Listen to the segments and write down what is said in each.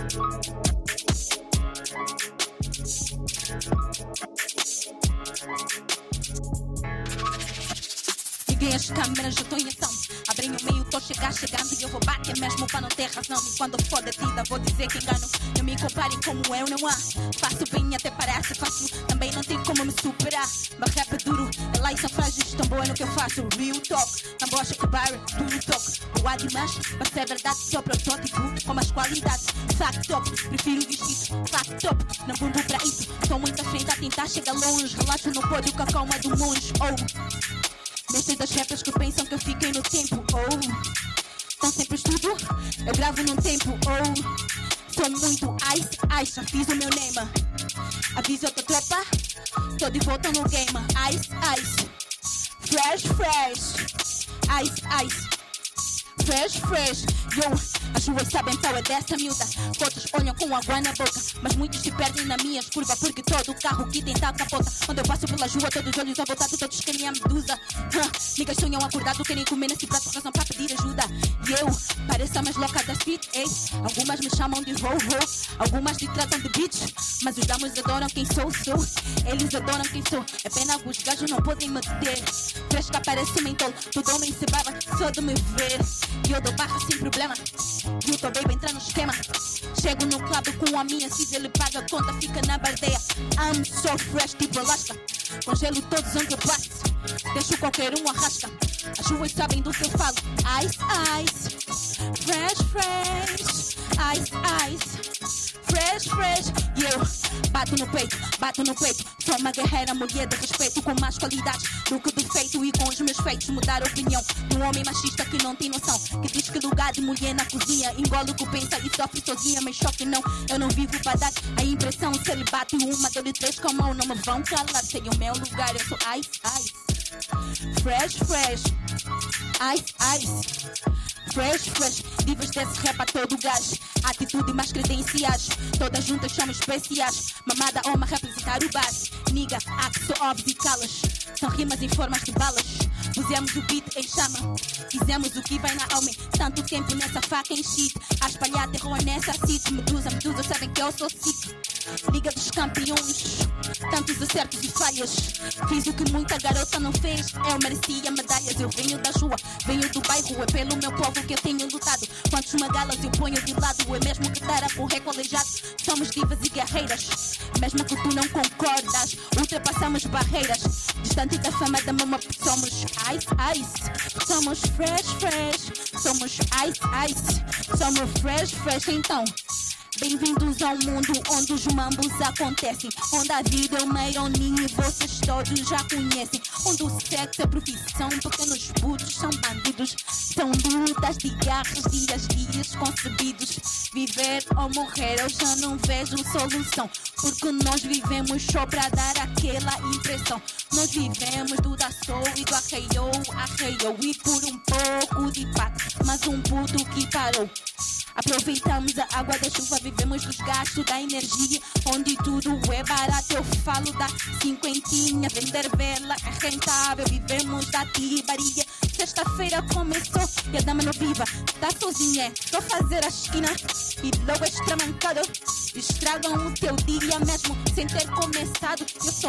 Liguei as câmeras, já estou em ação. Abrem o meio, tô chegando e eu vou bater mesmo para não ter razão. E quando for detida vou dizer que engano. Não me comparem como eu, não há. Faço bem até parece fácil, também não tem como me superar. Meu rap é duro, é lá e são frágeis, tão bom é no que eu faço. Real talk, não gosto que barre, duro toque. Não há demais, mas é verdade, sou protótipo com mais qualidades. Fact top, prefiro vestido, fact top. Não bumbo pra isso, estou muito à frente a tentar chegar longe. Relaxo no pódio com a calma do monge, Mestre das rappers que pensam que eu fiquei no tempo, Estão sempre estudo, eu gravo num tempo, Sou muito ice, já fiz o meu name. Aviso outra tropa, tô de volta no game. Ice, fresh, ice, fresh, as ruas sabem qual é dessa miúda. Outros olham com água na boca, mas muitos se perdem na minha curva, porque todo carro que tenta capota. Quando eu passo pela rua, todos os olhos à volta, todos querem a medusa. Niggas sonham acordado, querem comer nesse prato, razão pra pedir ajuda. E eu pareço a mais louca da street, Algumas me chamam de ho-ho, algumas te tratam de bitch, mas os damos adoram quem sou. Eles adoram quem sou, é pena que os gajos não podem me ter. Fresca parece mentol, todo homem se baba só de me ver. E eu dou barra sem problema, e o teu baby entra no esquema. Chego no club com a minha cis, ele paga a conta, fica na bardeia. I'm so fresh, tipo Alaska, congelo todos onde eu passo, deixo qualquer um arrasca. As ruas sabem do que eu falo. Ice, fresh, ice, fresh. E eu bato no peito. Sou uma guerreira, mulher de respeito, com mais qualidades do que defeito. E com os meus feitos mudar a opinião de um homem machista que não tem noção, que diz que lugar de mulher na cozinha, engole o que pensa e sofre sozinha. Mas choque não, eu não vivo para dar a impressão. Se ele bate uma, dou-lhe 3 com a mão. Não me vão calar, sei o meu lugar. Eu sou ice, fresh, ice, fresh. Divas desse rap a todo gás, atitude mais credenciais, todas juntas somos especiais. Mamada uma representar o base. Niga, axo, óbvio e calas, são rimas em formas de balas. Pusemos o beat em chama, fizemos o que vai na alma. Tanto tempo nessa faca em shit, a espalhar terror nessa city. Medusa, sabem que eu sou sick. Liga dos campeões, tantos acertos e falhas. Fiz o que muita garota não fez, eu merecia medalhas. Eu venho da rua, venho do bairro, é pelo meu povo que eu tenho lutado. Quantos magalas eu ponho de lado, é mesmo que dar a correr colejado. Somos divas e guerreiras, mesmo que tu não concordas, ultrapassamos barreiras. Distante da fama da mama, somos ice, somos fresh, somos ice, somos fresh. Então, bem-vindos ao mundo onde os mambos acontecem, onde a vida é uma ironia e vocês todos já conhecem, onde o sexo é profissão, pequenos putos são bandidos, são lutas de garras, dias concebidos. Viver ou morrer eu já não vejo solução, porque nós vivemos só para dar aquela impressão. Nós vivemos do da soul e do arreio e por um pouco de paz, mas um puto que parou. Aproveitamos a água da chuva, vivemos dos gastos da energia, onde tudo é barato. Eu falo da cinquentinha, vender vela é rentável, vivemos da tibaria. Sexta-feira começou e a dama não viva tá sozinha, só fazer a esquina e logo extramancado. Estragam o teu dia mesmo sem ter começado. Eu sou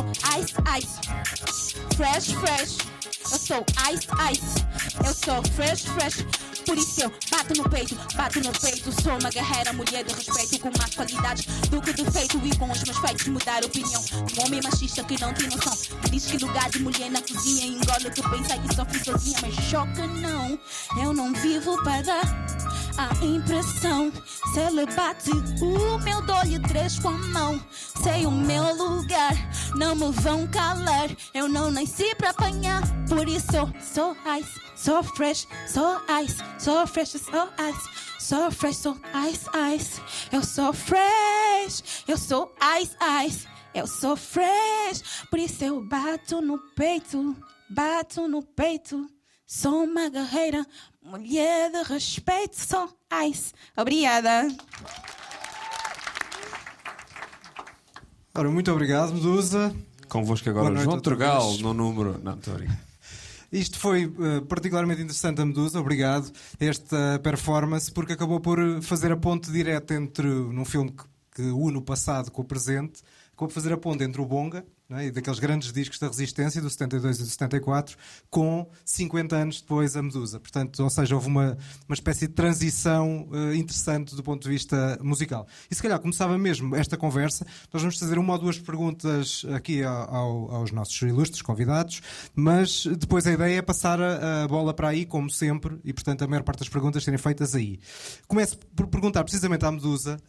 ice, fresh. Eu sou ice, eu sou fresh. Por isso eu bato no peito. Sou uma guerreira, mulher de respeito, com mais qualidades do que defeito. E com os meus feitos mudar a opinião de um homem machista que não tem noção, que diz que lugar de mulher na cozinha, engole o que pensa e sofre sozinha. Mas choca não, eu não vivo para dar a impressão. Se ele bate o meu, dou-lhe 3 com a mão. Sei o meu lugar, não me vão calar. Eu não nasci para apanhar, por isso eu sou ice, sou fresh, sou ice, sou fresh, sou ice, sou fresh, sou ice. Eu sou fresh, eu sou ice, eu sou fresh. Por isso eu bato no peito. Sou uma guerreira, mulher de respeito, sou ice. Obrigada. Ora, muito obrigado, Medusa. Convosco agora João Turgal no número... Não, estou a brincar. Isto foi particularmente interessante a Medusa, obrigado, esta performance, porque acabou por fazer a ponte direta entre, num filme que une o passado com o presente, acabou por fazer a ponte entre o Bonga, não é? E daqueles grandes discos da Resistência, do 72 e do 74, com 50 anos depois a Medusa. Portanto, ou seja, houve uma espécie de transição interessante do ponto de vista musical. E se calhar começava mesmo esta conversa, nós vamos fazer uma ou duas perguntas aqui aos nossos ilustres convidados, mas depois a ideia é passar a bola para aí, como sempre, e portanto a maior parte das perguntas serem feitas aí. Começo por perguntar precisamente à Medusa...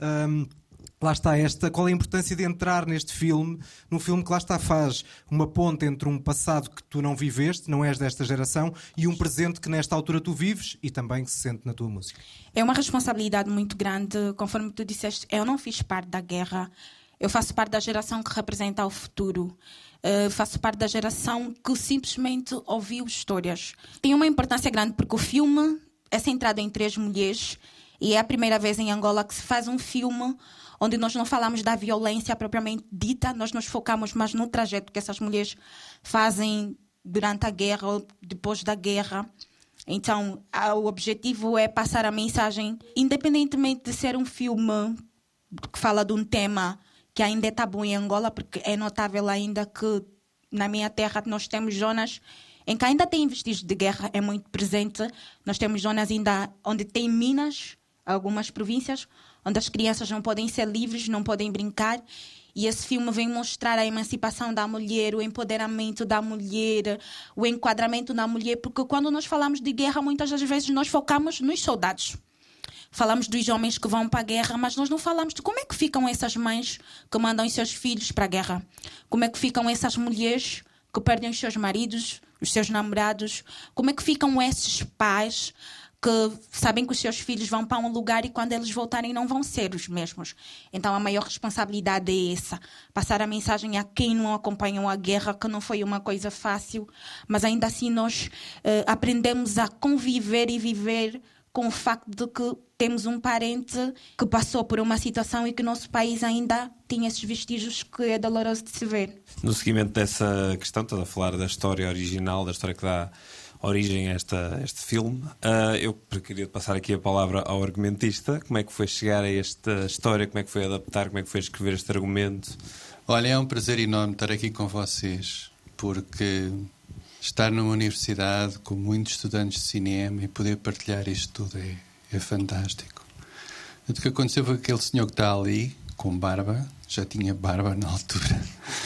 Lá está qual é a importância de entrar neste filme, num filme que lá está faz uma ponte entre um passado que tu não viveste, não és desta geração, e um presente que nesta altura tu vives e também que se sente na tua música. É uma responsabilidade muito grande, conforme tu disseste, eu não fiz parte da guerra, eu faço parte da geração que representa o futuro. Faço parte da geração que simplesmente ouviu histórias. Tem uma importância grande porque o filme é centrado em 3 mulheres e é a primeira vez em Angola que se faz um filme onde nós não falamos da violência propriamente dita, nós nos focamos mais no trajeto que essas mulheres fazem durante a guerra ou depois da guerra. Então, o objetivo é passar a mensagem, independentemente de ser um filme que fala de um tema que ainda é tabu em Angola, porque é notável ainda que na minha terra nós temos zonas em que ainda tem vestígios de guerra, é muito presente. Nós temos zonas ainda onde tem minas, algumas províncias, onde as crianças não podem ser livres, não podem brincar. E esse filme vem mostrar a emancipação da mulher, o empoderamento da mulher, o enquadramento da mulher, porque quando nós falamos de guerra, muitas das vezes nós focamos nos soldados. Falamos dos homens que vão para a guerra, mas nós não falamos de como é que ficam essas mães que mandam os seus filhos para a guerra. Como é que ficam essas mulheres que perdem os seus maridos, os seus namorados. Como é que ficam esses pais que sabem que os seus filhos vão para um lugar e quando eles voltarem não vão ser os mesmos. Então a maior responsabilidade é essa. Passar a mensagem a quem não acompanhou a guerra, que não foi uma coisa fácil, mas ainda assim nós aprendemos a conviver e viver com o facto de que temos um parente que passou por uma situação e que o nosso país ainda tinha esses vestígios que é doloroso de se ver. No seguimento dessa questão, estás a falar da história original, da história que dá origem a este filme. Eu queria passar aqui a palavra ao argumentista. Como é que foi chegar a esta história? Como é que foi adaptar? Como é que foi escrever este argumento? Olha, é um prazer enorme estar aqui com vocês, porque estar numa universidade com muitos estudantes de cinema e poder partilhar isto tudo é fantástico. O que aconteceu foi aquele senhor que está ali, com barba, já tinha barba na altura,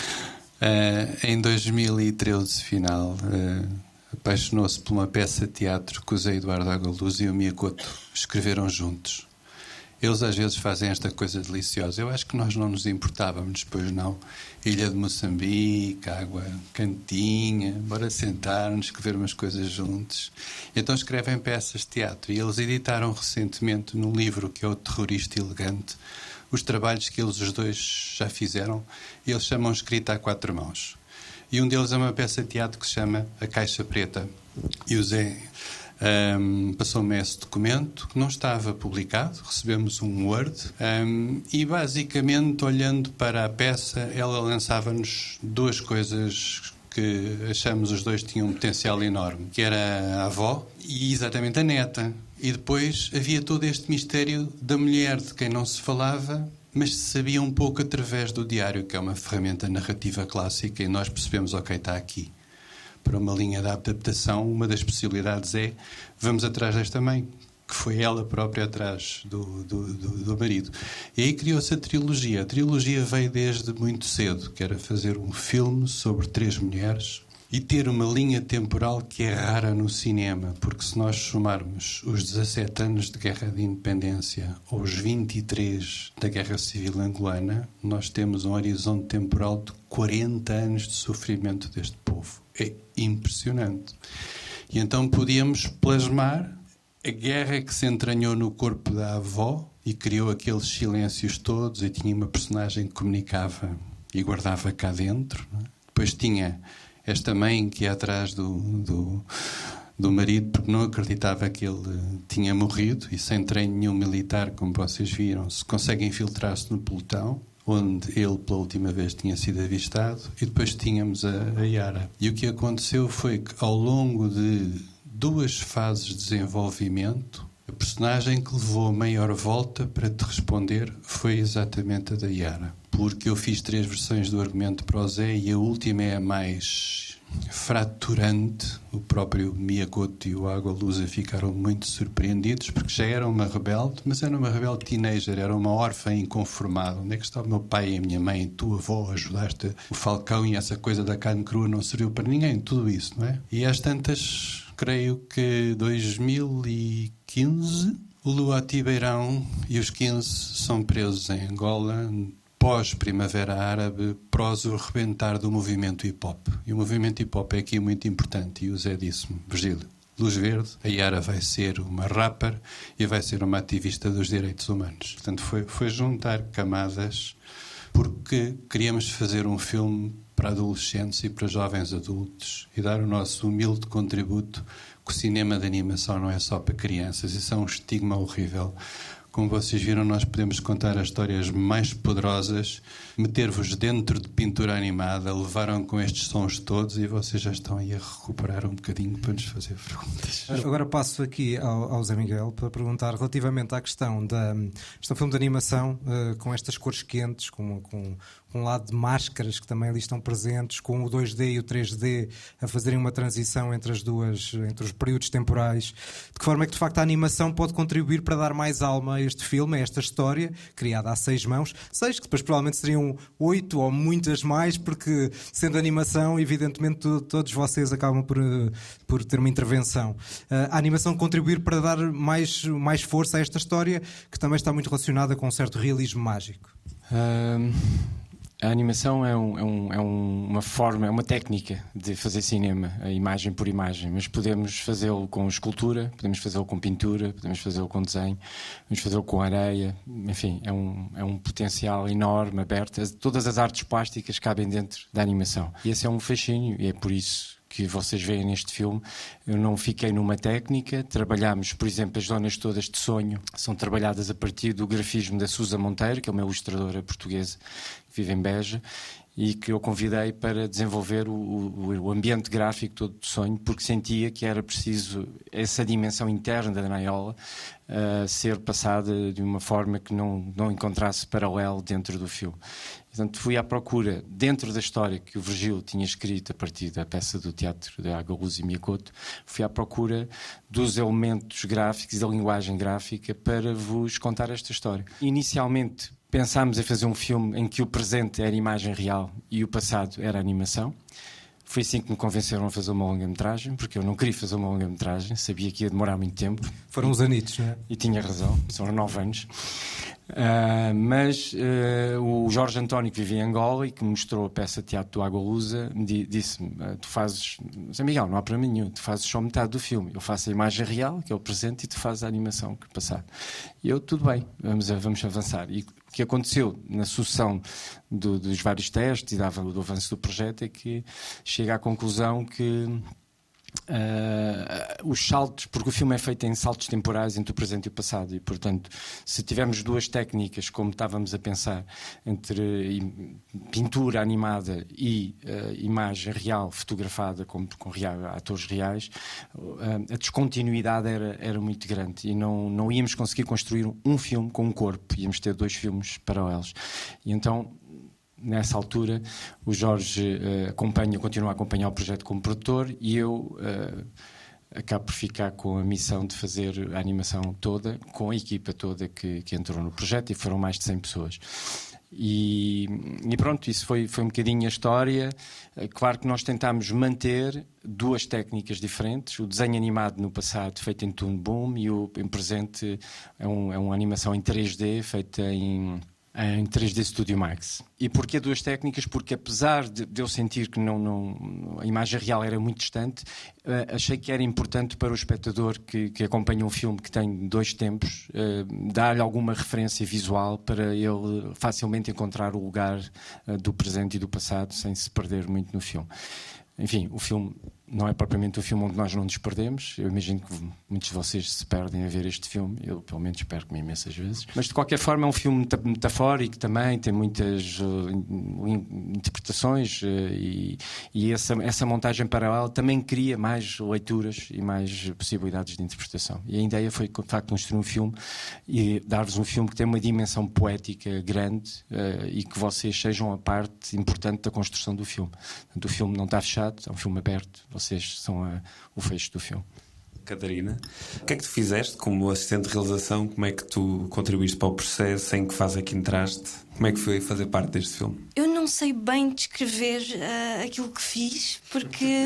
em 2013, final... apaixonou-se por uma peça de teatro que o Zé Eduardo Agaluz e o Miyakoto escreveram juntos. Eles às vezes fazem esta coisa deliciosa. Eu acho que nós não nos importávamos, pois não. Ilha de Moçambique, água cantinha, bora sentar-nos, escrever umas coisas juntos. Então escrevem peças de teatro e eles editaram recentemente num livro que é O Terrorista Elegante os trabalhos que eles os dois já fizeram e eles chamam Escrita a 4 mãos. E um deles é uma peça de teatro que se chama A Caixa Preta. E o Zé passou-me esse documento, que não estava publicado, recebemos um Word, e basicamente, olhando para a peça, ela lançava-nos 2 coisas que achamos os dois tinham um potencial enorme, que era a avó e exatamente a neta. E depois havia todo este mistério da mulher, de quem não se falava, mas se sabia um pouco através do diário, que é uma ferramenta narrativa clássica, e nós percebemos, ok, está aqui. Para uma linha de adaptação, uma das possibilidades é, vamos atrás desta mãe, que foi ela própria atrás do marido. E aí criou-se a trilogia. A trilogia veio desde muito cedo, que era fazer um filme sobre 3 mulheres, e ter uma linha temporal que é rara no cinema, porque se nós somarmos os 17 anos de Guerra de Independência aos 23 da Guerra Civil Angolana, nós temos um horizonte temporal de 40 anos de sofrimento deste povo. É impressionante. E então podíamos plasmar a guerra que se entranhou no corpo da avó e criou aqueles silêncios todos, e tinha uma personagem que comunicava e guardava cá dentro, não é? Depois tinha esta mãe que ia atrás do marido porque não acreditava que ele tinha morrido, e sem treino nenhum militar, como vocês viram, se consegue infiltrar-se no pelotão. onde ele pela última vez tinha sido avistado, e depois tínhamos a Yara. E o que aconteceu foi que ao longo de 2 fases de desenvolvimento, a personagem que levou a maior volta para te responder foi exatamente a da Yara. Porque eu fiz 3 versões do argumento para o Zé e a última é a mais fraturante. O próprio Miyakoto e o Água Lusa ficaram muito surpreendidos, porque já era uma rebelde, mas era uma rebelde teenager, era uma órfã inconformada. Onde é que está o meu pai e a minha mãe? Tu, avó, ajudaste o Falcão, e essa coisa da carne crua não serviu para ninguém, tudo isso, não é? E às tantas, creio que 2015, o Luati Beirão e os 15 são presos em Angola, pós-Primavera Árabe, pós o rebentar do movimento hip-hop. E o movimento hip-hop é aqui muito importante, e o Zé disse-me, Virgílio, luz verde, a Yara vai ser uma rapper e vai ser uma ativista dos direitos humanos. Portanto, foi juntar camadas, porque queríamos fazer um filme para adolescentes e para jovens adultos e dar o nosso humilde contributo, que o cinema de animação não é só para crianças, isso é um estigma horrível. Como vocês viram, nós podemos contar as histórias mais poderosas, meter-vos dentro de pintura animada, levaram com estes sons todos e vocês já estão aí a recuperar um bocadinho para nos fazer perguntas. Agora passo aqui ao Zé Miguel para perguntar relativamente à questão este filme de animação, com estas cores quentes, com um lado de máscaras que também ali estão presentes, com o 2D e o 3D a fazerem uma transição entre os períodos temporais. De que forma é que de facto a animação pode contribuir para dar mais alma a este filme, a esta história, criada a 6 mãos, 6 que depois provavelmente seriam 8 ou muitas mais, porque sendo animação, evidentemente todos vocês acabam por ter uma intervenção. A animação contribuir para dar mais força a esta história, que também está muito relacionada com um certo realismo mágico. A animação é uma forma, é uma técnica de fazer cinema, a imagem por imagem, mas podemos fazê-lo com escultura, podemos fazê-lo com pintura, podemos fazê-lo com desenho, podemos fazê-lo com areia, enfim, é um potencial enorme, aberto. Todas as artes plásticas cabem dentro da animação. E esse é um fascínio, e é por isso que vocês veem neste filme. Eu não fiquei numa técnica. Trabalhamos, por exemplo, as zonas todas de sonho são trabalhadas a partir do grafismo da Susa Monteiro, que é uma ilustradora portuguesa que vive em Beja, e que eu convidei para desenvolver o ambiente gráfico todo de sonho, porque sentia que era preciso essa dimensão interna da Naiola ser passada de uma forma que não encontrasse paralelo dentro do filme. Portanto, fui à procura, dentro da história que o Virgílio tinha escrito a partir da peça do teatro de Água Lusa e Miyakoto, fui à procura dos elementos gráficos e da linguagem gráfica para vos contar esta história. Inicialmente, pensámos em fazer um filme em que o presente era imagem real e o passado era animação. Foi assim que me convenceram a fazer uma longa-metragem, porque eu não queria fazer uma longa-metragem, sabia que ia demorar muito tempo. Foram os anitos, não é? E tinha razão, são 9 anos. Mas o Jorge António, que vivia em Angola e que me mostrou a peça de teatro do Água Lusa, disse-me, tu fazes, Zé Miguel, não há problema nenhum, tu fazes só metade do filme, eu faço a imagem real, que é o presente, e tu fazes a animação, que é o passado. E eu, tudo bem, vamos avançar. E o que aconteceu na sucessão dos vários testes e do avanço do projeto é que chega à conclusão que os saltos, porque o filme é feito em saltos temporais entre o presente e o passado, e portanto, se tivermos 2 técnicas, como estávamos a pensar, entre pintura animada e imagem real fotografada com atores reais, a descontinuidade era muito grande e não íamos conseguir construir um filme com um corpo, íamos ter 2 filmes paralelos. E então, nessa altura, o Jorge continua a acompanhar o projeto como produtor e eu acabo por ficar com a missão de fazer a animação toda, com a equipa toda que entrou no projeto, e foram mais de 100 pessoas. E pronto, isso foi um bocadinho a história. Claro que nós tentámos manter 2 técnicas diferentes, o desenho animado no passado feito em Toon Boom e o em presente é uma animação em 3D feita em 3D Studio Max. E porquê 2 técnicas? Porque apesar de eu sentir que a imagem real era muito distante, achei que era importante para o espectador que acompanha um filme que tem 2 tempos, dar-lhe alguma referência visual para ele facilmente encontrar o lugar do presente e do passado sem se perder muito no filme. Enfim, o filme não é propriamente um filme onde nós não nos perdemos. Eu imagino que muitos de vocês se perdem a ver este filme. Eu, pelo menos, perco-me imensas vezes. Mas, de qualquer forma, é um filme metafórico também. Tem muitas interpretações e essa montagem paralela também cria mais leituras e mais possibilidades de interpretação. E a ideia foi, de facto, construir um filme e dar-vos um filme que tem uma dimensão poética grande e que vocês sejam a parte importante da construção do filme. Portanto, o filme não está fechado, é um filme aberto. Vocês são o fecho do filme. Catarina, o que é que tu fizeste como assistente de realização? Como é que tu contribuíste para o processo? Em que fase é que entraste? Como é que foi fazer parte deste filme? Eu não sei bem descrever aquilo que fiz, porque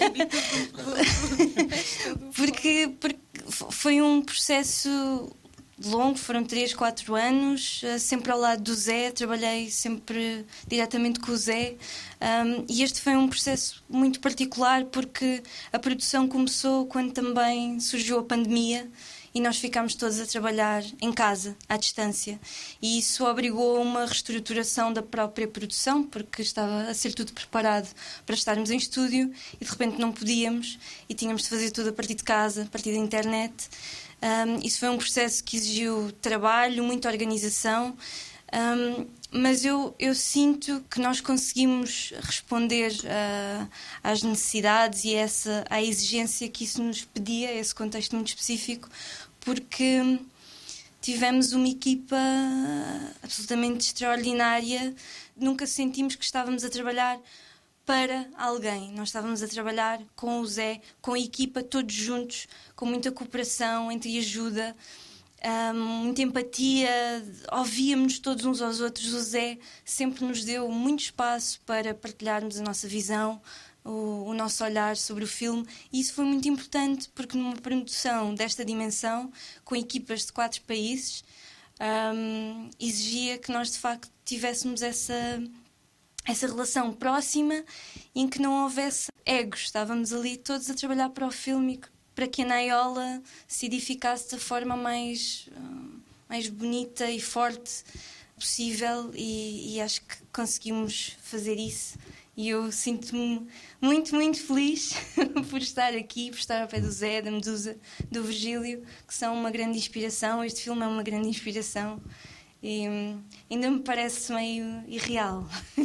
foi um processo longo, foram 3, 4 anos, sempre ao lado do Zé, trabalhei sempre diretamente com o Zé, e este foi um processo muito particular porque a produção começou quando também surgiu a pandemia e nós ficámos todos a trabalhar em casa, à distância, e isso obrigou a uma reestruturação da própria produção, porque estava a ser tudo preparado para estarmos em estúdio e de repente não podíamos e tínhamos de fazer tudo a partir de casa, a partir da internet. Isso foi um processo que exigiu trabalho, muita organização, mas eu sinto que nós conseguimos responder às necessidades e à exigência que isso nos pedia, esse contexto muito específico, porque tivemos uma equipa absolutamente extraordinária. Nunca sentimos que estávamos a trabalhar para alguém. Nós estávamos a trabalhar com o Zé, com a equipa, todos juntos, com muita cooperação, entreajuda, muita empatia, ouvíamos todos uns aos outros. O Zé sempre nos deu muito espaço para partilharmos a nossa visão, o nosso olhar sobre o filme, e isso foi muito importante porque numa produção desta dimensão, com equipas de 4 países, exigia que nós de facto tivéssemos essa relação próxima em que não houvesse egos. Estávamos ali todos a trabalhar para o filme para que a Naiola se edificasse da forma mais bonita e forte possível, e acho que conseguimos fazer isso. E eu sinto-me muito, muito feliz por estar aqui, por estar ao pé do Zé, da Medusa, do Virgílio, que são uma grande inspiração. Este filme é uma grande inspiração. E ainda me parece meio irreal.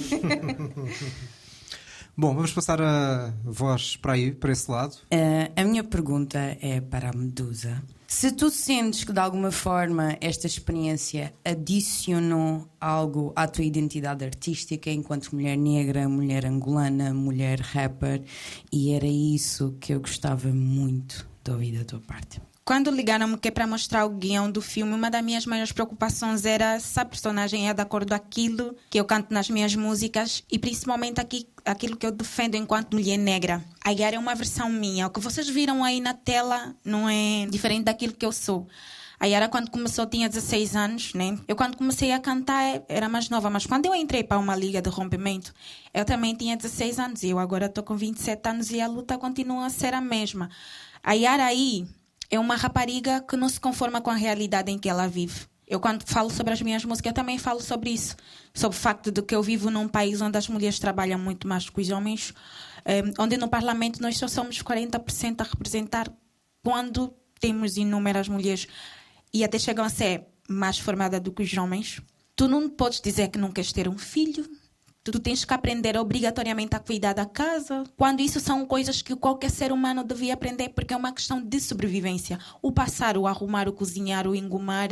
Bom, vamos passar a voz para aí, para esse lado. A minha pergunta é para a Medusa. Se tu sentes que de alguma forma esta experiência adicionou algo à tua identidade artística enquanto mulher negra, mulher angolana, mulher rapper, e era isso que eu gostava muito de ouvir da tua parte. Quando ligaram-me que é para mostrar o guião do filme, uma das minhas maiores preocupações era se a personagem é de acordo com aquilo que eu canto nas minhas músicas e principalmente aquilo que eu defendo enquanto mulher negra. A Yara é uma versão minha. O que vocês viram aí na tela não é diferente daquilo que eu sou. A Yara, quando começou, tinha 16 anos, né? Eu, quando comecei a cantar, era mais nova. Mas quando eu entrei para uma liga de rompimento, eu também tinha 16 anos. E eu agora estou com 27 anos e a luta continua a ser a mesma. A Yara aí é uma rapariga que não se conforma com a realidade em que ela vive. Eu, quando falo sobre as minhas músicas, eu também falo sobre isso. Sobre o facto de que eu vivo num país onde as mulheres trabalham muito mais que os homens, onde no Parlamento nós só somos 40% a representar, quando temos inúmeras mulheres e até chegam a ser mais formadas do que os homens. Tu não podes dizer que não queres ter um filho. Tu tens que aprender obrigatoriamente a cuidar da casa, quando isso são coisas que qualquer ser humano devia aprender, porque é uma questão de sobrevivência. O passar, o arrumar, o cozinhar, o engomar,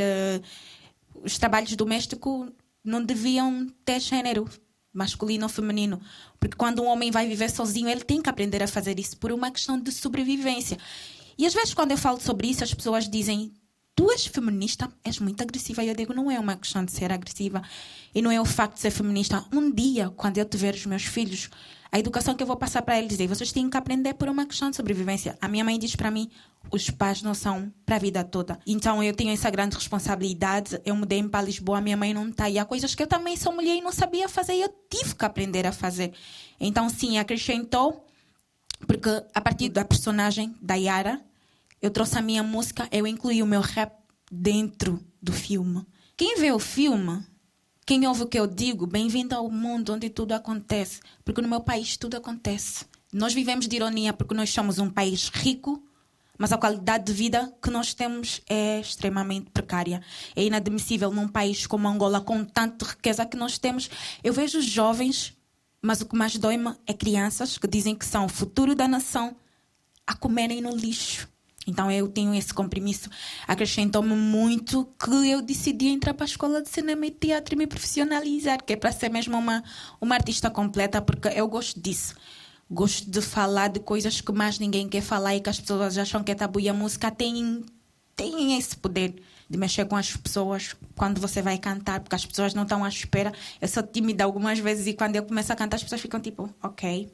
os trabalhos domésticos não deviam ter género, masculino ou feminino. Porque quando um homem vai viver sozinho, ele tem que aprender a fazer isso por uma questão de sobrevivência. E às vezes, quando eu falo sobre isso, as pessoas dizem: tu és feminista, és muito agressiva. E eu digo, não é uma questão de ser agressiva. E não é o facto de ser feminista. Um dia, quando eu tiver os meus filhos, a educação que eu vou passar para eles é: vocês têm que aprender por uma questão de sobrevivência. A minha mãe diz para mim, os pais não são para a vida toda. Então eu tenho essa grande responsabilidade. Eu mudei para Lisboa, minha mãe não está. E há coisas que eu também sou mulher e não sabia fazer. E eu tive que aprender a fazer. Então sim, acrescentou. Porque a partir da personagem da Yara, eu trouxe a minha música, eu incluí o meu rap dentro do filme. Quem vê o filme, quem ouve o que eu digo, bem-vindo ao mundo onde tudo acontece. Porque no meu país tudo acontece. Nós vivemos de ironia porque nós somos um país rico, mas a qualidade de vida que nós temos é extremamente precária. É inadmissível num país como Angola, com tanta riqueza que nós temos. Eu vejo jovens, mas o que mais dói-me é crianças que dizem que são o futuro da nação a comerem no lixo. Então eu tenho esse compromisso. Acrescentou-me muito que eu decidi entrar para a escola de cinema e teatro e me profissionalizar, que é para ser mesmo uma artista completa, porque eu gosto disso. Gosto de falar de coisas que mais ninguém quer falar e que as pessoas acham que é tabu. E a música tem esse poder de mexer com as pessoas quando você vai cantar, porque as pessoas não estão à espera. Eu sou tímida algumas vezes e quando eu começo a cantar as pessoas ficam tipo, ok.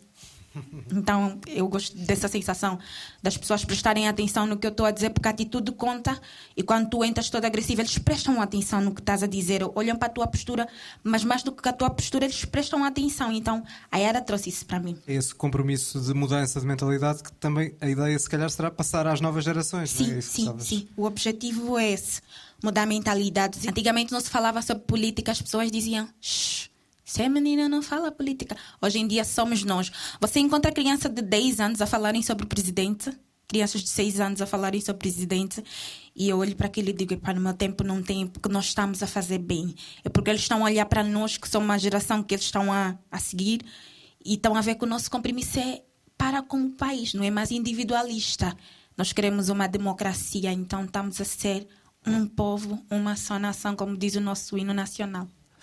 Então eu gosto dessa sensação das pessoas prestarem atenção no que eu estou a dizer, porque a atitude conta. E quando tu entras toda agressiva, eles prestam atenção no que estás a dizer, olham para a tua postura, mas mais do que a tua postura, eles prestam atenção. Então a Yara trouxe isso para mim. Esse compromisso de mudança de mentalidade, que também a ideia se calhar será passar às novas gerações. Sim, não é? sim. O objetivo é esse, mudar mentalidades. Antigamente não se falava sobre política, as pessoas diziam shh, se é menina, não fala política. Hoje em dia somos nós. Você encontra criança de 10 anos a falarem sobre o presidente, crianças de 6 anos a falarem sobre o presidente, e eu olho para aquilo e digo, no meu tempo não tem, porque nós estamos a fazer bem. É porque eles estão a olhar para nós, que somos uma geração que eles estão a seguir, e estão a ver que o nosso compromisso é para com o país, não é mais individualista. Nós queremos uma democracia, então estamos a ser um povo, uma só nação, como diz o nosso hino nacional.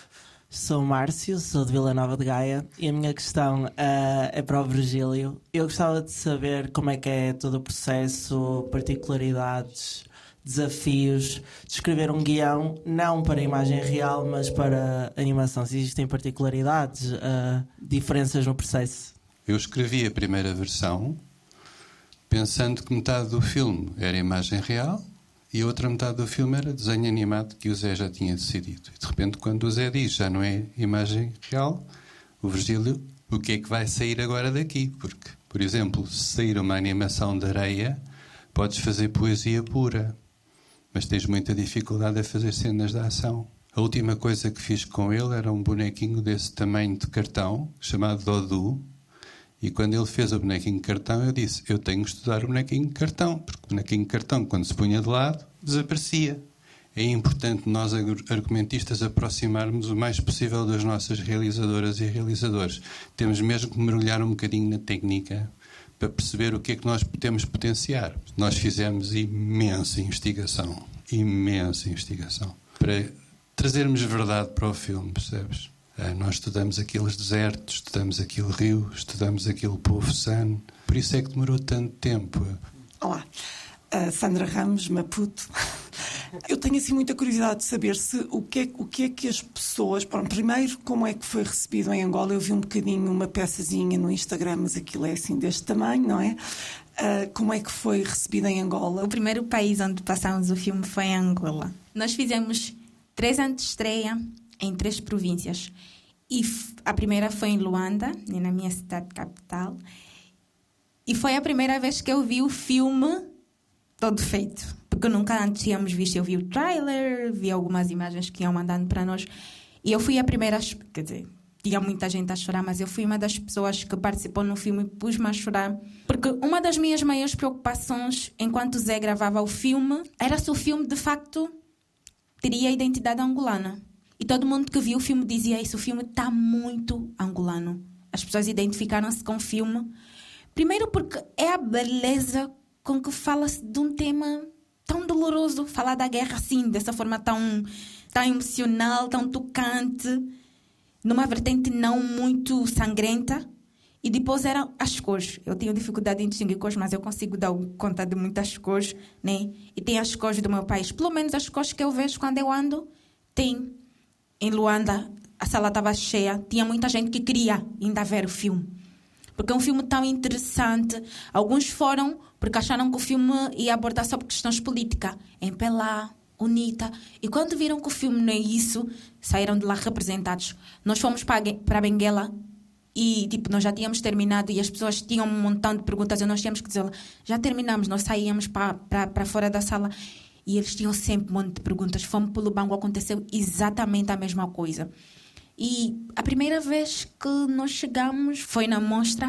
Sou Márcio, sou de Vila Nova de Gaia e a minha questão é para o Virgílio. Eu gostava de saber como é que é todo o processo, particularidades, desafios de escrever um guião, não para a imagem real, mas para a animação. Se existem particularidades, diferenças no processo. Eu escrevi a primeira versão pensando que metade do filme era imagem real e a outra metade do filme era desenho animado, que o Zé já tinha decidido. E de repente, quando o Zé diz já não é imagem real, o Virgílio, o que é que vai sair agora daqui? Porque, por exemplo, se sair uma animação de areia, podes fazer poesia pura, mas tens muita dificuldade a fazer cenas de ação. A última coisa que fiz com ele era um bonequinho desse tamanho de cartão, chamado Dodô. E quando ele fez o bonequinho de cartão, eu disse, eu tenho que estudar o bonequinho de cartão, porque o bonequinho de cartão, quando se punha de lado, desaparecia. É importante nós, argumentistas, aproximarmos o mais possível das nossas realizadoras e realizadores. Temos mesmo que mergulhar um bocadinho na técnica para perceber o que é que nós podemos potenciar. Nós fizemos imensa investigação, para trazermos verdade para o filme, percebes? Nós estudamos aqueles desertos, estudamos aquele rio, estudamos aquele povo sano. Por isso é que demorou tanto tempo. Olá, Sandra Ramos, Maputo. Eu tenho assim muita curiosidade de saber o que é que as pessoas... Bom, primeiro, como é que foi recebido em Angola? Eu vi um bocadinho uma peçazinha no Instagram, mas aquilo é assim deste tamanho, não é? Como é que foi recebido em Angola? O primeiro país onde passámos o filme foi em Angola. Nós fizemos 3 anos de estreia em 3 províncias. E a primeira foi em Luanda, na minha cidade capital. E foi a primeira vez que eu vi o filme todo feito. Porque nunca antes tínhamos visto. Eu vi o trailer, vi algumas imagens que iam mandando para nós. E eu fui a primeira... Quer dizer, tinha muita gente a chorar, mas eu fui uma das pessoas que participou no filme e pus-me a chorar. Porque uma das minhas maiores preocupações, enquanto o Zé gravava o filme, era se o filme, de facto, teria a identidade angolana. E todo mundo que viu o filme dizia isso. O filme está muito angolano. As pessoas identificaram-se com o filme. Primeiro porque é a beleza com que fala-se de um tema tão doloroso. Falar da guerra assim, dessa forma tão emocional, tão tocante. Numa vertente não muito sangrenta. E depois eram as cores. Eu tenho dificuldade em distinguir cores, mas eu consigo dar conta de muitas cores, né? E tem as cores do meu país. Pelo menos as cores que eu vejo quando eu ando, tem. Em Luanda, a sala estava cheia. Tinha muita gente que queria ainda ver o filme. Porque é um filme tão interessante. Alguns foram porque acharam que o filme ia abordar sobre questões políticas. MPLA, UNITA. E quando viram que o filme não é isso, saíram de lá representados. Nós fomos para Benguela e nós já tínhamos terminado e as pessoas tinham um montão de perguntas e nós tínhamos que dizer, já terminamos. Nós saíamos para fora da sala. E eles tinham sempre um monte de perguntas. Fomos pelo banco, aconteceu exatamente a mesma coisa. E a primeira vez que nós chegamos foi na mostra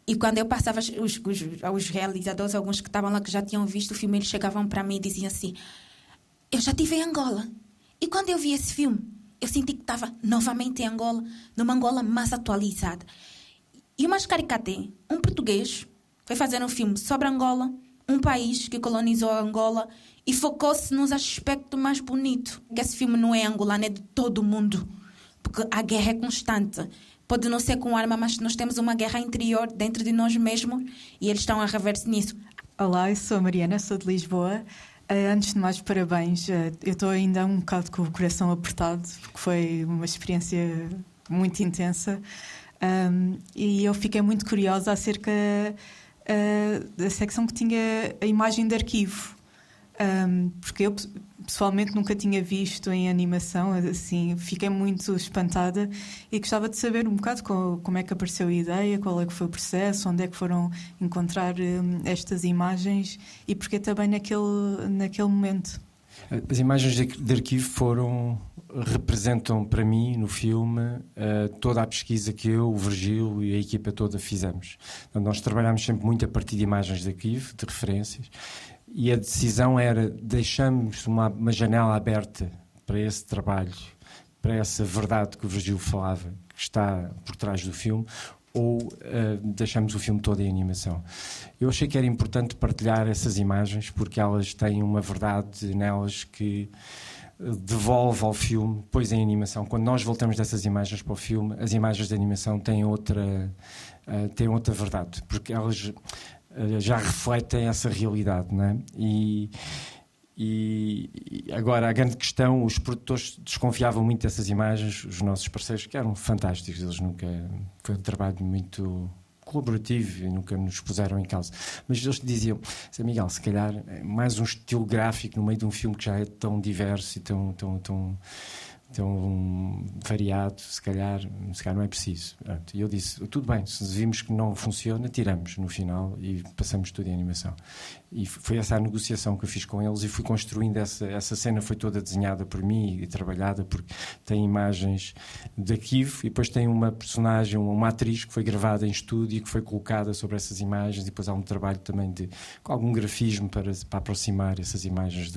E quando eu passava, os realizadores, alguns que estavam lá, que já tinham visto o filme, eles chegavam para mim e diziam assim: eu já estive em Angola. E quando eu vi esse filme, eu senti que estava novamente em Angola, numa Angola mais atualizada. E o Mascaricate, um português, foi fazer um filme sobre Angola, um país que colonizou a Angola, e focou-se nos aspectos mais bonitos. Que esse filme não é angolano, é de todo o mundo. Porque a guerra é constante. Pode não ser com arma, mas nós temos uma guerra interior dentro de nós mesmos e eles estão a rever-se nisso. Olá, eu sou a Mariana, sou de Lisboa. Antes de mais, parabéns. Eu estou ainda um bocado com o coração apertado, porque foi uma experiência muito intensa. E eu fiquei muito curiosa acerca da secção que tinha a imagem de arquivo. Porque eu pessoalmente nunca tinha visto em animação, assim, fiquei muito espantada e gostava de saber um bocado como é que apareceu a ideia, qual é que foi o processo, onde é que foram encontrar estas imagens e porque também naquele momento. As imagens de arquivo representam para mim no filme toda a pesquisa que eu, o Virgílio e a equipa toda fizemos. Então, nós trabalhámos sempre muito a partir de imagens de arquivo, de referências. E a decisão era deixamos uma janela aberta para esse trabalho, para essa verdade que o Virgílio falava, que está por trás do filme, ou deixamos o filme todo em animação. Eu achei que era importante partilhar essas imagens porque elas têm uma verdade nelas que devolve ao filme, depois em animação. Quando nós voltamos dessas imagens para o filme, as imagens de animação têm outra verdade, porque elas já refletem essa realidade, não é? E agora a grande questão, os produtores desconfiavam muito dessas imagens, os nossos parceiros, que eram fantásticos, eles nunca, foi um trabalho muito colaborativo e nunca nos puseram em causa, mas eles diziam: Miguel, se calhar mais um estilo gráfico no meio de um filme que já é tão diverso e tão variado, se calhar não é preciso. E eu disse: tudo bem, se vimos que não funciona, tiramos no final e passamos tudo em animação. E foi essa a negociação que eu fiz com eles e fui construindo essa cena, foi toda desenhada por mim e trabalhada, porque tem imagens de arquivo e depois tem uma personagem, uma atriz que foi gravada em estúdio e que foi colocada sobre essas imagens, e depois há um trabalho também com algum grafismo para aproximar essas imagens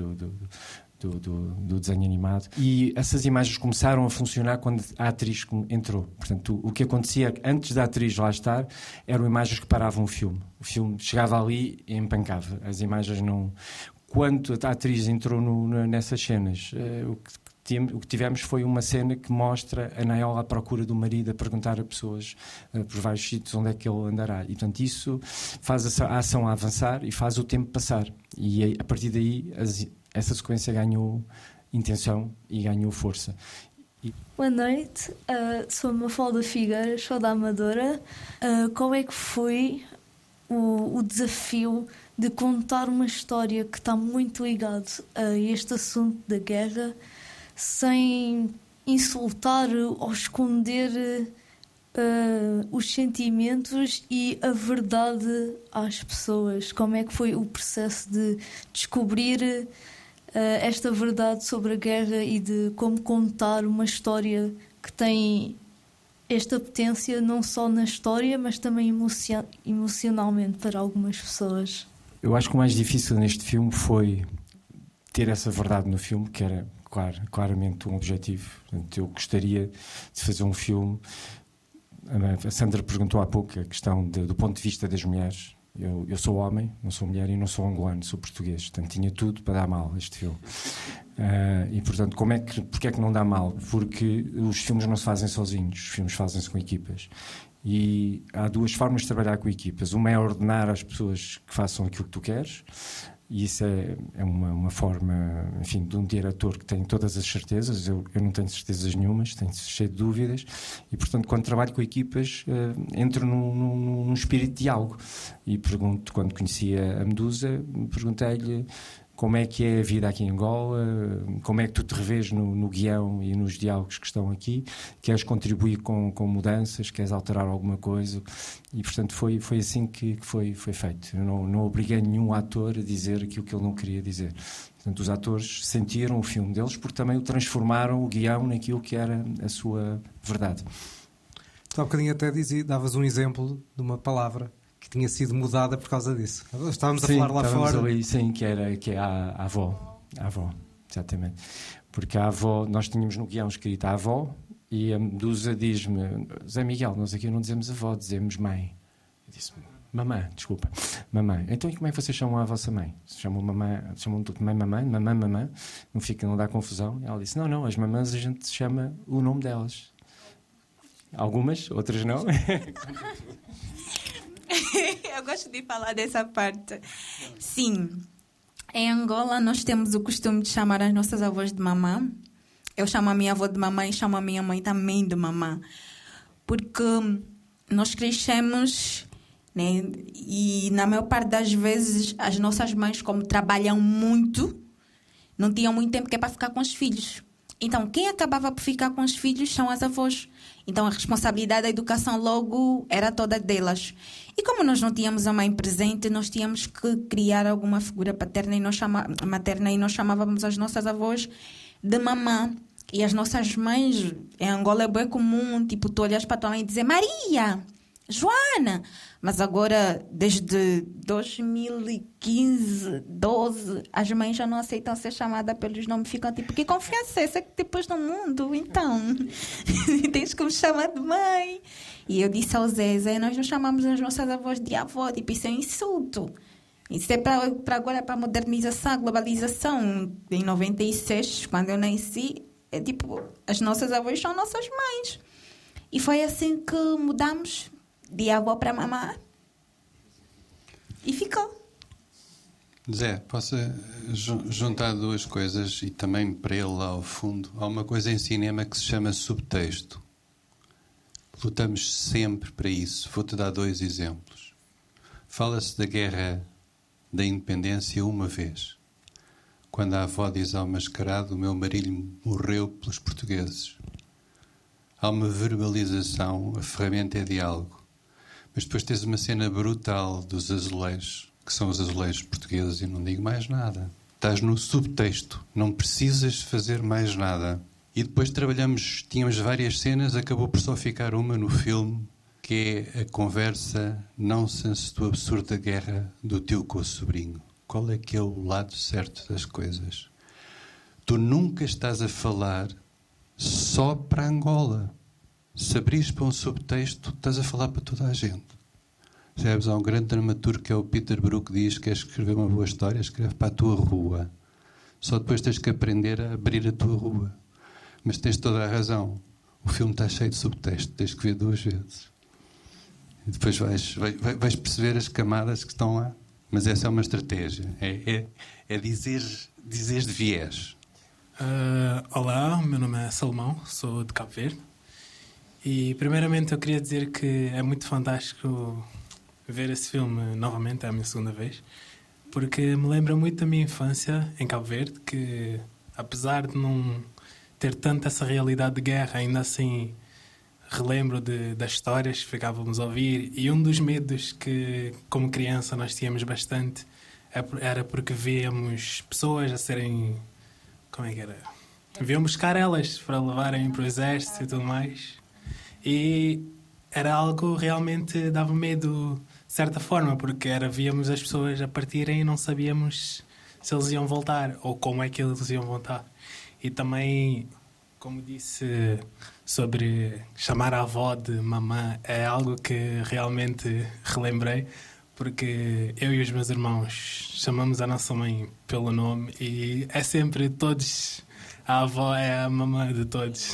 do desenho animado. E essas imagens começaram a funcionar quando a atriz entrou. Portanto, o que acontecia antes da atriz lá estar eram imagens que paravam o filme. O filme chegava ali e empancava. As imagens não... Quando a atriz entrou nessas cenas, o que tivemos foi uma cena que mostra a Naiola à procura do marido, a perguntar a pessoas por vários sítios onde é que ele andará. E, portanto, isso faz a ação a avançar e faz o tempo passar. E, a partir daí, essa sequência ganhou intenção e ganhou força. Boa noite, sou Mafalda Figueiras, sou da Amadora. Qual é que foi o desafio de contar uma história que está muito ligada a este assunto da guerra sem insultar ou esconder os sentimentos e a verdade às pessoas? Como é que foi o processo de descobrir esta verdade sobre a guerra e de como contar uma história que tem esta potência não só na história, mas também emocionalmente para algumas pessoas? Eu acho que o mais difícil neste filme foi ter essa verdade no filme, que era claramente um objetivo. Eu gostaria de fazer um filme. A Sandra perguntou há pouco a questão do ponto de vista das mulheres. Eu sou homem, não sou mulher e não sou angolano, sou português. Portanto, tinha tudo para dar mal este filme. E, portanto, porque é que não dá mal? Porque os filmes não se fazem sozinhos, os filmes fazem-se com equipas. E há duas formas de trabalhar com equipas. Uma é ordenar às pessoas que façam aquilo que tu queres. E isso é uma forma, enfim, de um diretor que tem todas as certezas. Eu não tenho certezas nenhumas, tenho cheio de dúvidas. E, portanto, quando trabalho com equipas, entro num espírito de diálogo. E pergunto, quando conhecia a Medusa, perguntei-lhe como é que é a vida aqui em Angola, como é que tu te revês no guião e nos diálogos que estão aqui, queres contribuir com mudanças, queres alterar alguma coisa, e portanto foi assim que foi feito. Eu não obriguei nenhum ator a dizer aquilo que ele não queria dizer. Portanto, os atores sentiram o filme deles porque também o transformaram, o guião, naquilo que era a sua verdade. Há um bocadinho até davas um exemplo de uma palavra que tinha sido mudada por causa disso. Estávamos sim, a falar lá fora. Ali, sim, que é a avó. A avó, exatamente. Porque a avó, nós tínhamos no guião escrito a avó, e a Medusa diz-me: Zé Miguel, nós aqui não dizemos avó, dizemos mãe. Eu disse: mamã, desculpa, mamãe. Então, e como é que vocês chamam a vossa mãe? Chamam mamãe, chamam tudo mãe, mamãe, mamã, não dá confusão? E ela disse: não, as mamãs a gente chama o nome delas. Algumas, outras não. Eu gosto de falar dessa parte. Sim, em Angola nós temos o costume de chamar as nossas avós de mamã. Eu chamo a minha avó de mamãe e chamo a minha mãe também de mamã. Porque nós crescemos, né? E na maior parte das vezes as nossas mães, como trabalham muito, não tinham muito tempo que é para ficar com os filhos. Então, quem acabava por ficar com os filhos são as avós. Então, a responsabilidade da educação logo era toda delas. E como nós não tínhamos a mãe presente, nós tínhamos que criar alguma figura materna e nós chamávamos as nossas avós de mamã. E as nossas mães, em Angola é bem comum, tipo, tu olhas para tua mãe e dizer Maria, Joana. Mas agora, desde 2015, 12, as mães já não aceitam ser chamadas pelos nomes. Ficam tipo, que confiança é essa que depois no mundo? Então, tens que me chamar de mãe. E eu disse ao Zé, nós não chamamos as nossas avós de avó. Tipo, isso é um insulto. Isso é para agora, para a modernização, a globalização. Em 96, quando eu nasci, é tipo, as nossas avós são nossas mães. E foi assim que mudamos de avó para mamã. E ficou. Zé, posso juntar duas coisas e também para ele lá ao fundo. Há uma coisa em cinema que se chama subtexto. Lutamos sempre para isso. Vou-te dar 2 exemplos. Fala-se da Guerra da Independência uma vez. Quando a avó diz ao mascarado: o meu marido morreu pelos portugueses. Há uma verbalização, a ferramenta é diálogo. Mas depois tens uma cena brutal dos azulejos, que são os azulejos portugueses, e não digo mais nada. Estás no subtexto, não precisas fazer mais nada. E depois tínhamos várias cenas, acabou por só ficar uma no filme, que é a conversa nonsense do absurdo da guerra do tio com o sobrinho. Qual é que é o lado certo das coisas? Tu nunca estás a falar só para Angola. Se abrires para um subtexto, estás a falar para toda a gente. Sabes, há um grande dramaturgo que é o Peter Brook, que diz que queres escrever uma boa história, escreve para a tua rua. Só depois tens que aprender a abrir a tua rua. Mas tens toda a razão. O filme está cheio de subtexto, tens que ver 2 vezes. E depois vais perceber as camadas que estão lá. Mas essa é uma estratégia. É dizer de viés. Olá, meu nome é Salomão, sou de Cabo Verde. E primeiramente eu queria dizer que é muito fantástico ver esse filme novamente, é a minha segunda vez, porque me lembra muito da minha infância em Cabo Verde, que apesar de não ter tanto essa realidade de guerra, ainda assim relembro das histórias que ficávamos a ouvir, e um dos medos que como criança nós tínhamos bastante era porque víamos pessoas a serem, como é que era? Viam buscar elas para levarem para o exército e tudo mais. E era algo realmente dava medo de certa forma, porque víamos as pessoas a partirem e não sabíamos se eles iam voltar ou como é que eles iam voltar. E também, como disse sobre chamar a avó de mamã, é algo que realmente relembrei, porque eu e os meus irmãos chamamos a nossa mãe pelo nome e é sempre todos, a avó é a mamã de todos.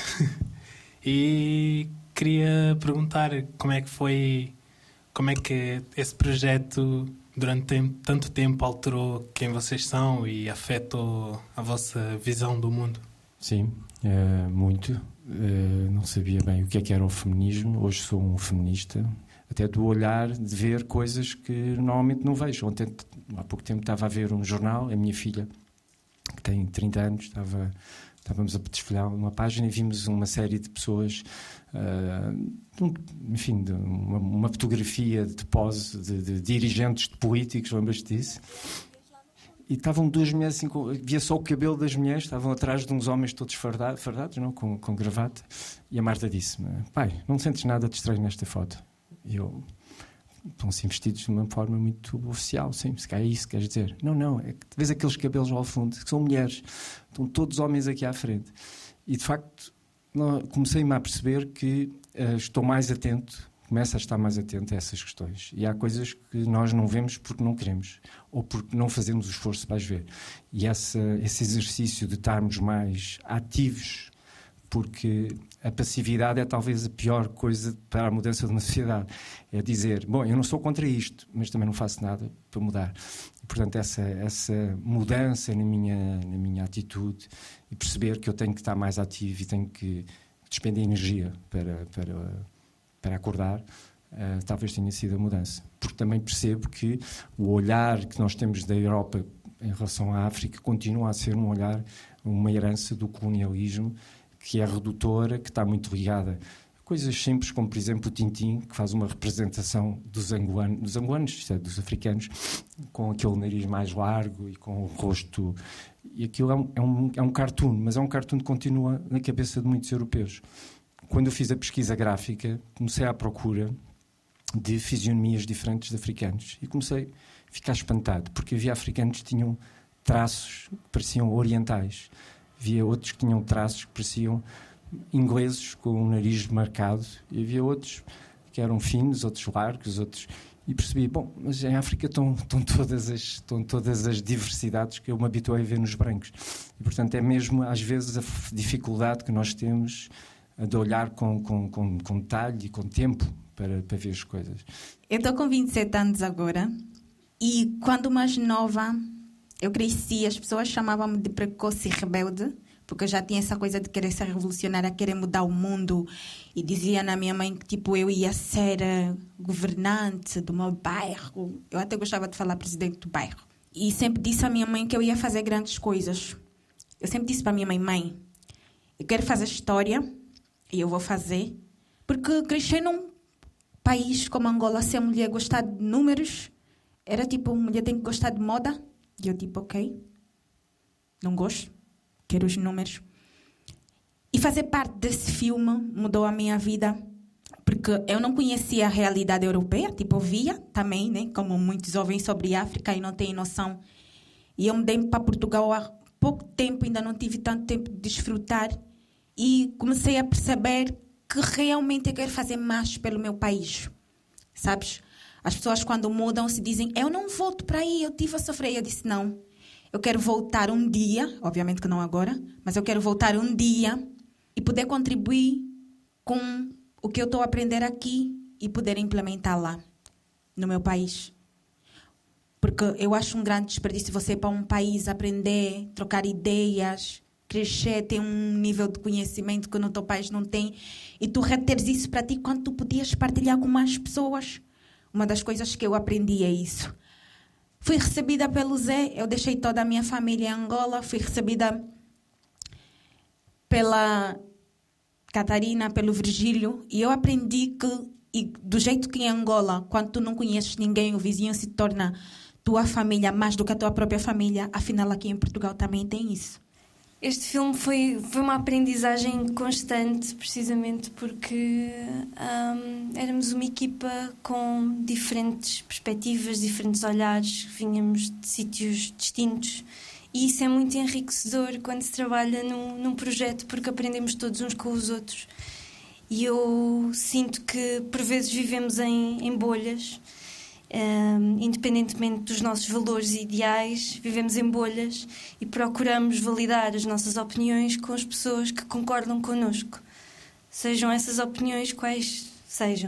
E queria perguntar como é que esse projeto durante tanto tempo alterou quem vocês são e afetou a vossa visão do mundo. Sim, muito. Não sabia bem o que era o feminismo. Hoje sou um feminista. Até do olhar de ver coisas que normalmente não vejo. Ontem, há pouco tempo, estava a ver um jornal. A minha filha, que tem 30 anos, estávamos a desfolhar uma página e vimos uma série de pessoas, enfim, uma fotografia de pose de dirigentes de políticos, lembras-te disso? E estavam 2 mulheres assim, via só o cabelo das mulheres, estavam atrás de uns homens todos fardados, não? Com gravata. E a Marta disse-me: pai, não sentes nada de estranho nesta foto? E eu estão-se vestidos de uma forma muito oficial, sim, se calhar é isso que queres dizer. Não, é que vês aqueles cabelos ao fundo, que são mulheres, estão todos homens aqui à frente. E, de facto, comecei-me a perceber que estou mais atento, começo a estar mais atento a essas questões. E há coisas que nós não vemos porque não queremos, ou porque não fazemos o esforço para as ver. E esse exercício de estarmos mais ativos, porque a passividade é talvez a pior coisa para a mudança de uma sociedade. É dizer, bom, eu não sou contra isto, mas também não faço nada para mudar. E, portanto, essa mudança na minha atitude e perceber que eu tenho que estar mais ativo e tenho que despender energia para acordar, talvez tenha sido a mudança. Porque também percebo que o olhar que nós temos da Europa em relação à África continua a ser um olhar, uma herança do colonialismo, que é redutora, que está muito ligada a coisas simples, como, por exemplo, o Tintin, que faz uma representação dos angolanos, isto é, dos africanos, com aquele nariz mais largo e com o rosto... E aquilo é um cartoon, mas é um cartoon que continua na cabeça de muitos europeus. Quando eu fiz a pesquisa gráfica, comecei à procura de fisionomias diferentes de africanos. E comecei a ficar espantado, porque havia africanos que tinham traços que pareciam orientais. Havia outros que tinham traços que pareciam ingleses, com o nariz marcado. E havia outros que eram finos, outros largos, outros... E percebi, bom, mas em África estão todas as diversidades que eu me habituei a ver nos brancos. E, portanto, é mesmo, às vezes, a dificuldade que nós temos de olhar com detalhe e com tempo para ver as coisas. Eu estou com 27 anos agora e, quando mais nova, eu cresci, as pessoas chamavam-me de precoce e rebelde, porque eu já tinha essa coisa de querer ser revolucionária, querer mudar o mundo. E dizia na minha mãe que tipo, eu ia ser governante do meu bairro. Eu até gostava de falar presidente do bairro. E sempre disse à minha mãe que eu ia fazer grandes coisas. Eu sempre disse para a minha mãe, eu quero fazer história e eu vou fazer. Porque crescer num país como Angola, se a mulher gostar de números, era tipo, a mulher tem que gostar de moda. E eu tipo, ok, não gosto. Quero os números. E fazer parte desse filme mudou a minha vida, porque eu não conhecia a realidade europeia, tipo, eu via também, né, como muitos ouvem sobre África e não têm noção. E eu mudei para Portugal há pouco tempo, ainda não tive tanto tempo de desfrutar, e comecei a perceber que realmente eu quero fazer mais pelo meu país, sabes? As pessoas, quando mudam, se dizem, eu não volto para aí, eu tive a sofrer. E eu disse, não. Eu quero voltar um dia, obviamente que não agora, mas eu quero voltar um dia e poder contribuir com o que eu estou a aprender aqui e poder implementar lá, no meu país. Porque eu acho um grande desperdício você ir para um país aprender, trocar ideias, crescer, ter um nível de conhecimento que no teu país não tem e tu reteres isso para ti quando tu podias partilhar com mais pessoas. Uma das coisas que eu aprendi é isso. Fui recebida pelo Zé, eu deixei toda a minha família em Angola, fui recebida pela Catarina, pelo Virgílio, e eu aprendi que, do jeito que em Angola, quando tu não conheces ninguém, o vizinho se torna tua família mais do que a tua própria família, afinal aqui em Portugal também tem isso. Este filme foi uma aprendizagem constante, precisamente porque éramos uma equipa com diferentes perspectivas, diferentes olhares, vinhamos de sítios distintos e isso é muito enriquecedor quando se trabalha num projeto, porque aprendemos todos uns com os outros. E eu sinto que por vezes vivemos em bolhas, independentemente dos nossos valores e ideais, vivemos em bolhas e procuramos validar as nossas opiniões com as pessoas que concordam connosco, sejam essas opiniões quais sejam.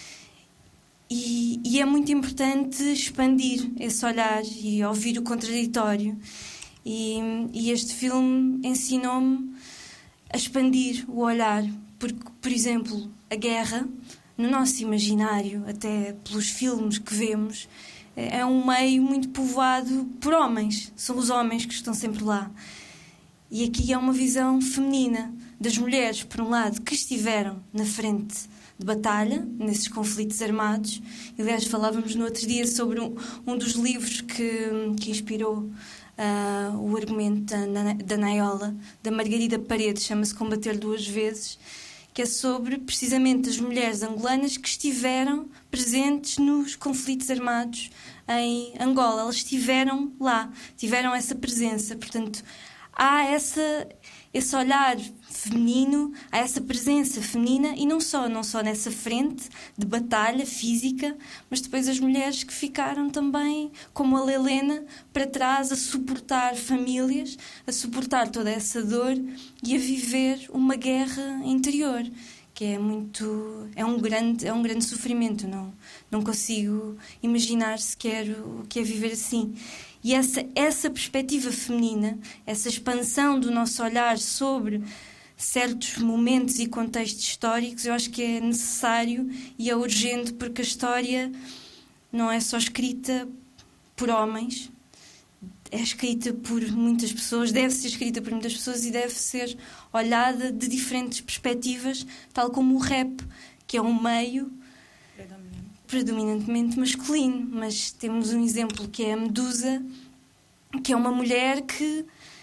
E é muito importante expandir esse olhar e ouvir o contraditório. E este filme ensinou-me a expandir o olhar, porque, por exemplo, a guerra, no nosso imaginário, até pelos filmes que vemos, é um meio muito povoado por homens. São os homens que estão sempre lá. E aqui é uma visão feminina das mulheres, por um lado, que estiveram na frente de batalha, nesses conflitos armados. E, aliás, falávamos no outro dia sobre um dos livros que inspirou o argumento da Naiola, da Margarida Paredes, chama-se Combater Duas Vezes, que é sobre precisamente as mulheres angolanas que estiveram presentes nos conflitos armados em Angola. Elas estiveram lá, tiveram essa presença. Portanto, há esse olhar feminino, há essa presença feminina, e não só nessa frente de batalha física, mas depois as mulheres que ficaram também, como a Lelena, para trás, a suportar famílias, a suportar toda essa dor e a viver uma guerra interior, que é um grande sofrimento. Não consigo imaginar sequer o que é viver assim. E essa perspectiva feminina, essa expansão do nosso olhar sobre certos momentos e contextos históricos, eu acho que é necessário e é urgente, porque a história não é só escrita por homens, é escrita por muitas pessoas, deve ser escrita por muitas pessoas e deve ser olhada de diferentes perspectivas, tal como o rap, que é um meio predominantemente masculino. Mas temos um exemplo que é a Medusa, que é uma mulher que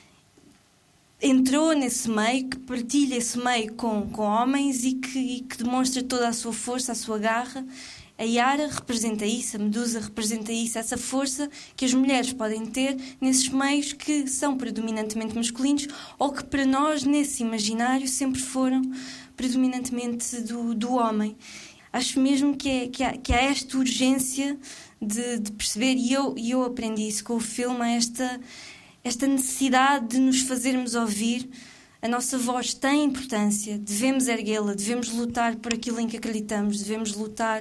entrou nesse meio, que partilha esse meio com homens e que demonstra toda a sua força, a sua garra. A Yara representa isso, a Medusa representa isso, essa força que as mulheres podem ter nesses meios que são predominantemente masculinos, ou que para nós, nesse imaginário, sempre foram predominantemente do homem. Acho mesmo que há esta urgência de perceber, e eu aprendi isso com o filme, esta necessidade de nos fazermos ouvir. A nossa voz tem importância, devemos erguê-la, devemos lutar por aquilo em que acreditamos, devemos lutar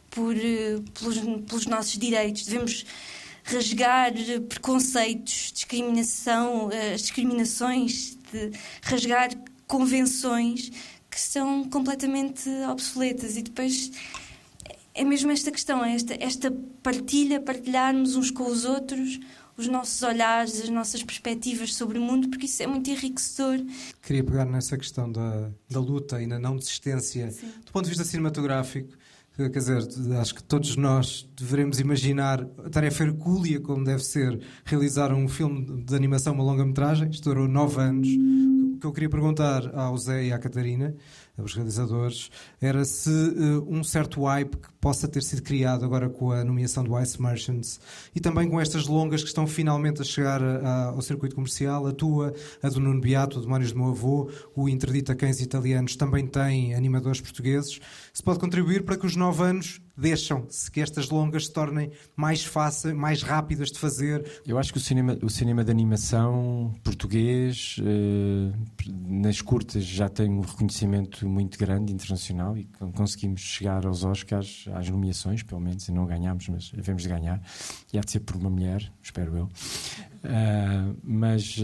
pelos nossos direitos, devemos rasgar preconceitos, discriminação, as discriminações, rasgar convenções que são completamente obsoletas. E depois é mesmo esta questão, esta partilharmos uns com os outros os nossos olhares, as nossas perspectivas sobre o mundo, porque isso é muito enriquecedor. Queria pegar nessa questão da luta e na não desistência. Sim. Do ponto de vista cinematográfico, quer dizer, acho que todos nós devemos imaginar a tarefa hercúlea como deve ser realizar um filme de animação, uma longa-metragem. Isto durou 9 anos. O que eu queria perguntar ao Zé e à Catarina, os realizadores, era se um certo hype que possa ter sido criado agora com a nomeação do Ice Merchants e também com estas longas que estão finalmente a chegar ao circuito comercial, a tua, a do Nuno Beato, o Demónios do Meu Avô, o Interdita Cães Italianos, também tem animadores portugueses, se pode contribuir para que os 9 anos deixam-se que estas longas se tornem mais fáceis, mais rápidas de fazer. Eu acho que o cinema de animação português nas curtas já tem um reconhecimento muito grande internacional e conseguimos chegar aos Oscars, às nomeações pelo menos, e não ganhámos, mas devemos de ganhar, e há de ser por uma mulher, espero eu. Mas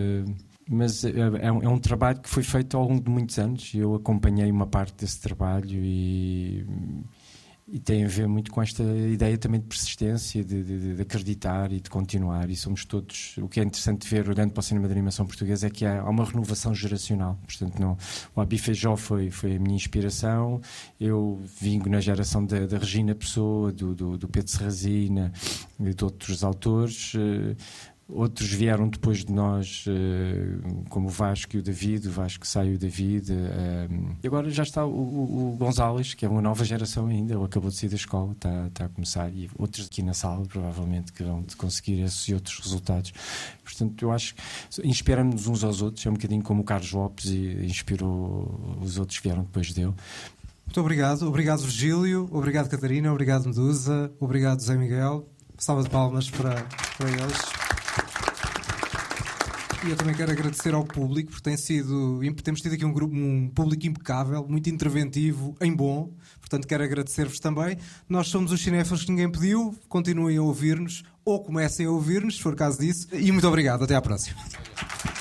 é um trabalho que foi feito ao longo de muitos anos e eu acompanhei uma parte desse trabalho e tem a ver muito com esta ideia também de persistência, de acreditar e de continuar, e somos todos... O que é interessante ver, olhando para o cinema de animação português, é que há uma renovação geracional. Portanto, o Abi Feijó foi a minha inspiração, eu vingo na geração da Regina Pessoa, do Pedro Serrazina e de outros autores. Outros vieram depois de nós, como o Vasco e o David, o Vasco sai e o David. E agora já está o Gonzalez, que é uma nova geração ainda, ele acabou de sair da escola, está a começar, e outros aqui na sala, provavelmente, que vão conseguir esses e outros resultados. Portanto, eu acho que inspiramos uns aos outros, é um bocadinho como o Carlos Lopes e inspirou os outros que vieram depois dele. Muito obrigado. Obrigado, Virgílio. Obrigado, Catarina. Obrigado, Medusa. Obrigado, Zé Miguel. Salva de palmas para eles. E eu também quero agradecer ao público, porque temos tido aqui um público impecável, muito interventivo, em bom. Portanto, quero agradecer-vos também. Nós somos os cinéfilos que ninguém pediu. Continuem a ouvir-nos, ou comecem a ouvir-nos, se for caso disso. E muito obrigado. Até à próxima.